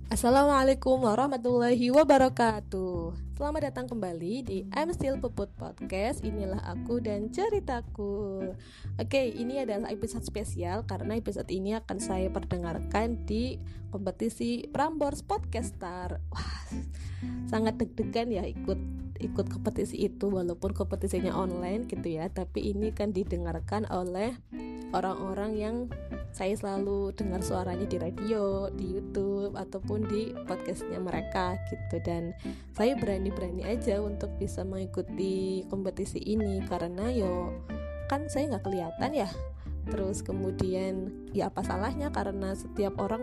Assalamualaikum warahmatullahi wabarakatuh. Selamat datang kembali di I'm Still Puput Podcast. Inilah aku dan ceritaku. Oke, ini adalah episode spesial karena episode ini akan saya perdengarkan di kompetisi Prambors Podcaster. Wah, sangat deg-degan ya ikut kompetisi itu, walaupun kompetisinya online gitu ya. Tapi ini kan didengarkan oleh orang-orang yang saya selalu dengar suaranya di radio, di YouTube, ataupun di podcastnya mereka gitu. Dan saya berani-berani aja untuk bisa mengikuti kompetisi ini karena kan saya nggak kelihatan ya. Terus kemudian ya apa salahnya, karena setiap orang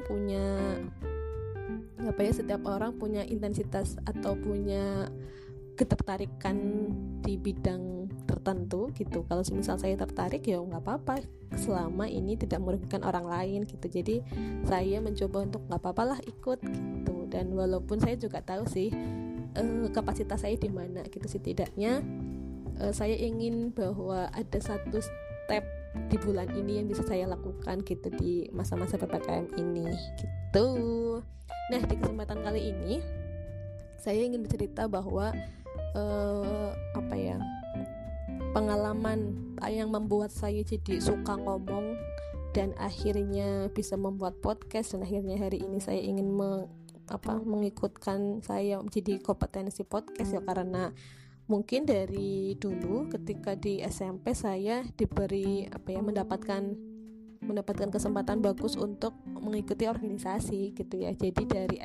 punya intensitas atau punya ketertarikan di bidang tertentu gitu. Kalau misal saya tertarik ya nggak apa-apa selama ini tidak merugikan orang lain gitu. Jadi saya mencoba untuk nggak apa-apa lah ikut gitu. Dan walaupun saya juga tahu sih kapasitas saya di mana gitu, setidaknya saya ingin bahwa ada satu step di bulan ini yang bisa saya lakukan gitu di masa-masa PPKM ini gitu. Nah, di kesempatan kali ini saya ingin bercerita bahwa pengalaman yang membuat saya jadi suka ngomong dan akhirnya bisa membuat podcast, dan akhirnya hari ini saya ingin mengikutkan saya menjadi kompetensi podcast ya, karena mungkin dari dulu ketika di SMP saya diberi mendapatkan kesempatan bagus untuk mengikuti organisasi gitu ya. Jadi dari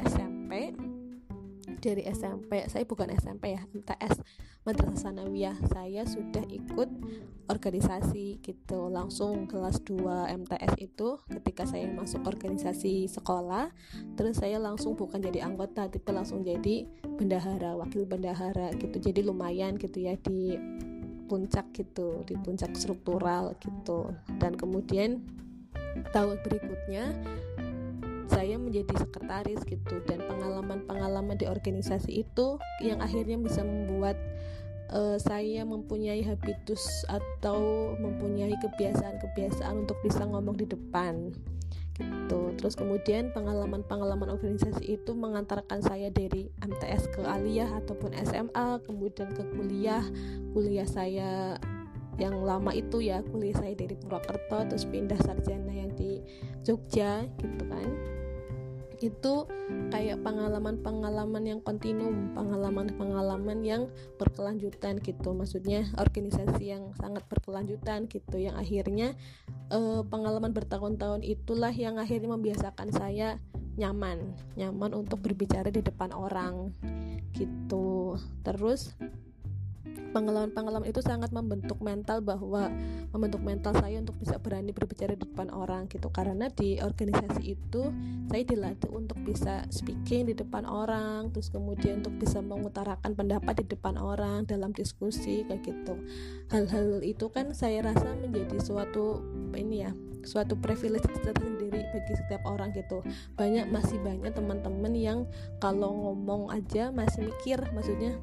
SMP saya bukan SMP ya, MTS Madrasah Sanawiyah, saya sudah ikut organisasi gitu. Langsung kelas 2 MTS itu ketika saya masuk organisasi sekolah, terus saya langsung bukan jadi anggota tapi langsung jadi bendahara, wakil bendahara gitu. Jadi lumayan gitu ya di puncak gitu, di puncak struktural gitu. Dan kemudian tahun berikutnya saya menjadi sekretaris gitu, dan pengalaman di organisasi itu yang akhirnya bisa membuat saya mempunyai habitus atau mempunyai kebiasaan untuk bisa ngomong di depan gitu. Terus kemudian pengalaman organisasi itu mengantarkan saya dari MTS ke aliyah ataupun SMA, kemudian ke kuliah saya yang lama itu ya, kuliah saya dari Purwokerto terus pindah sarjana yang di Jogja gitu kan. Itu kayak pengalaman yang kontinum, pengalaman yang berkelanjutan gitu. Maksudnya organisasi yang sangat berkelanjutan gitu, yang akhirnya pengalaman bertahun-tahun itulah yang akhirnya membiasakan saya nyaman untuk berbicara di depan orang gitu. Terus pengalaman itu sangat membentuk mental saya untuk bisa berani berbicara di depan orang gitu. Karena di organisasi itu saya dilatih untuk bisa speaking di depan orang, terus kemudian untuk bisa mengutarakan pendapat di depan orang dalam diskusi kayak gitu. Hal-hal itu kan saya rasa menjadi suatu privilege tersendiri bagi setiap orang gitu. Masih banyak teman-teman yang kalau ngomong aja masih mikir, maksudnya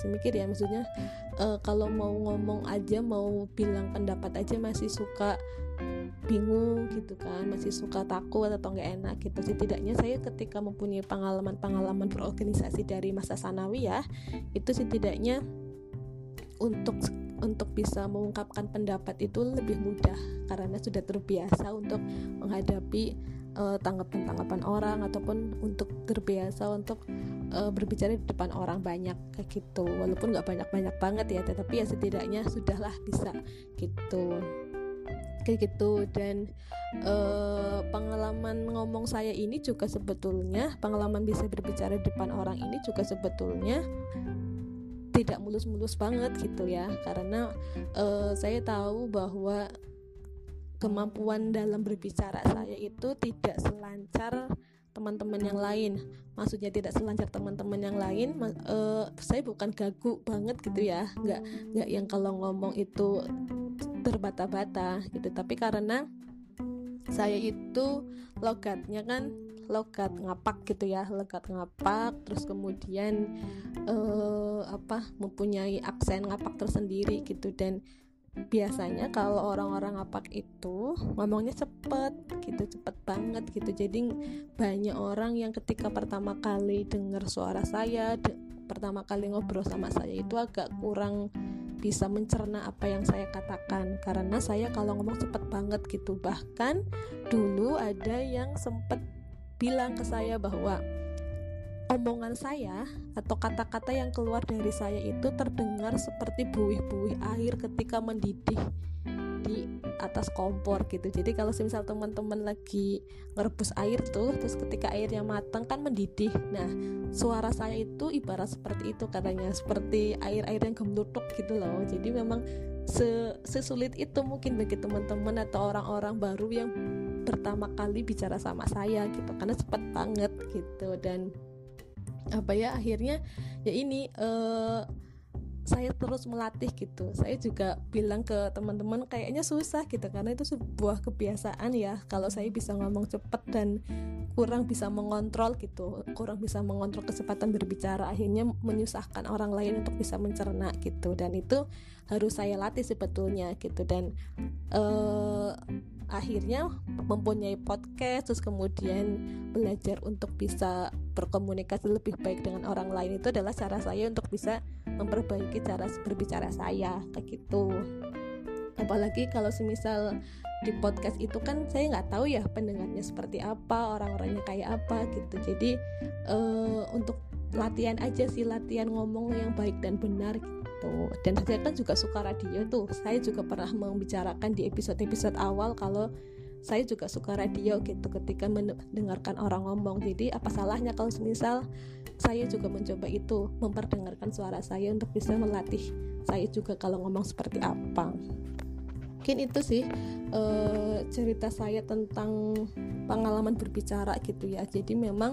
kalau mau ngomong aja, mau bilang pendapat aja masih suka bingung gitu kan, masih suka takut atau nggak enak gitu. Setidaknya saya ketika mempunyai pengalaman berorganisasi dari masa sanawiyah itu setidaknya untuk bisa mengungkapkan pendapat itu lebih mudah karena sudah terbiasa untuk menghadapi tanggapan orang, ataupun untuk terbiasa untuk berbicara di depan orang banyak kayak gitu. Walaupun nggak banyak banget ya, tetapi ya setidaknya sudahlah bisa gitu kayak gitu. Dan pengalaman ngomong saya ini juga sebetulnya, pengalaman bisa berbicara di depan orang ini juga sebetulnya tidak mulus-mulus banget gitu ya, karena saya tahu bahwa kemampuan dalam berbicara saya itu tidak selancar teman-teman yang lain. Maksudnya tidak selancar teman-teman yang lain, saya bukan gagu banget gitu ya, nggak yang kalau ngomong itu terbata-bata gitu. Tapi karena saya itu logatnya kan logat ngapak gitu ya, terus kemudian mempunyai aksen ngapak tersendiri gitu. Dan biasanya kalau orang-orang ngapak itu ngomongnya cepet banget gitu. Jadi banyak orang yang ketika pertama kali dengar suara saya, pertama kali ngobrol sama saya itu agak kurang bisa mencerna apa yang saya katakan, karena saya kalau ngomong cepet banget gitu. Bahkan dulu ada yang sempet bilang ke saya bahwa omongan saya atau kata-kata yang keluar dari saya itu terdengar seperti buih-buih air ketika mendidih di atas kompor gitu. Jadi kalau misal teman-teman lagi ngerebus air tuh, terus ketika airnya matang kan mendidih. Nah, suara saya itu ibarat seperti itu katanya, seperti air-air yang gemelutuk gitu loh. Jadi memang sesulit itu mungkin bagi teman-teman atau orang-orang baru yang pertama kali bicara sama saya gitu, karena cepat banget gitu. Dan akhirnya ya ini saya terus melatih gitu. Saya juga bilang ke teman-teman kayaknya susah gitu, karena itu sebuah kebiasaan ya. Kalau saya bisa ngomong cepat dan kurang bisa mengontrol gitu, kurang bisa mengontrol kecepatan berbicara, akhirnya menyusahkan orang lain untuk bisa mencerna gitu. Dan itu harus saya latih sebetulnya gitu. Dan akhirnya mempunyai podcast, terus kemudian belajar untuk bisa berkomunikasi lebih baik dengan orang lain, itu adalah cara saya untuk bisa memperbaiki cara berbicara saya kayak gitu. Apalagi kalau semisal di podcast itu kan saya nggak tahu ya pendengarnya seperti apa, orang-orangnya kayak apa gitu. Jadi untuk latihan aja sih, latihan ngomong yang baik dan benar gitu. Dan saya kan juga suka radio tuh. Saya juga pernah membicarakan di episode-episode awal kalau saya juga suka radio gitu ketika mendengarkan orang ngomong. Jadi apa salahnya kalau semisal saya juga mencoba itu, memperdengarkan suara saya untuk bisa melatih saya juga kalau ngomong seperti apa. Mungkin itu sih cerita saya tentang pengalaman berbicara gitu ya. Jadi memang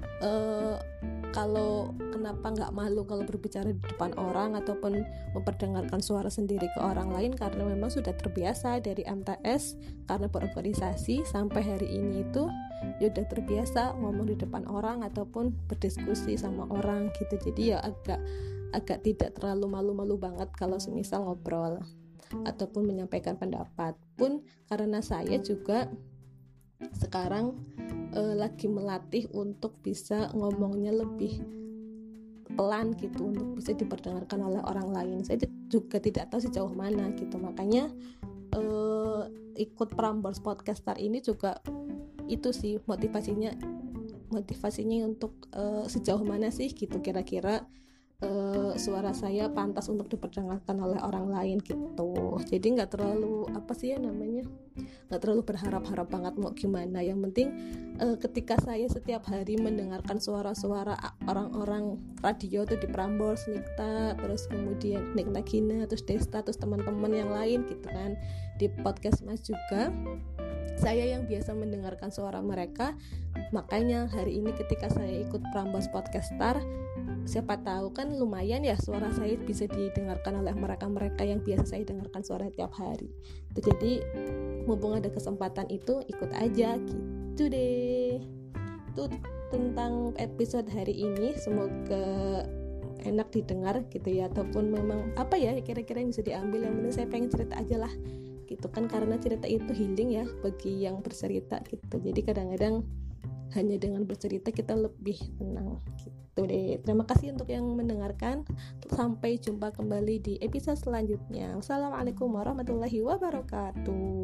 kalau kenapa nggak malu kalau berbicara di depan orang ataupun memperdengarkan suara sendiri ke orang lain, karena memang sudah terbiasa dari MTS, karena berorganisasi sampai hari ini itu ya udah terbiasa ngomong di depan orang ataupun berdiskusi sama orang gitu. Jadi ya agak tidak terlalu malu-malu banget kalau semisal ngobrol ataupun menyampaikan pendapat pun, karena saya juga sekarang lagi melatih untuk bisa ngomongnya lebih pelan gitu, untuk bisa diperdengarkan oleh orang lain. Saya juga tidak tahu sejauh mana gitu, makanya ikut Prambors Podcaster ini juga itu sih motivasinya untuk sejauh mana sih gitu kira-kira suara saya pantas untuk diperdengarkan oleh orang lain gitu. Jadi nggak terlalu nggak terlalu berharap-harap banget mau gimana. Yang penting ketika saya setiap hari mendengarkan suara-suara orang-orang radio tuh di Prambors, Nikta, terus kemudian Nikta Gina, terus Desta, terus teman-teman yang lain gitu kan, di podcast Mas juga, saya yang biasa mendengarkan suara mereka. Makanya hari ini ketika saya ikut Prambors Podcaster, siapa tahu kan lumayan ya suara saya bisa didengarkan oleh mereka yang biasa saya dengarkan suara tiap hari. Jadi mumpung ada kesempatan itu, ikut aja gitu deh. Itu tentang episode hari ini, semoga enak didengar gitu ya, ataupun memang apa ya kira-kira yang bisa diambil. Yang penting saya pengen cerita aja lah gitu kan, karena cerita itu healing ya bagi yang bercerita gitu. Jadi kadang-kadang hanya dengan bercerita kita lebih tenang gitu deh. Terima kasih untuk yang mendengarkan. Sampai jumpa kembali di episode selanjutnya. Wassalamualaikum warahmatullahi wabarakatuh.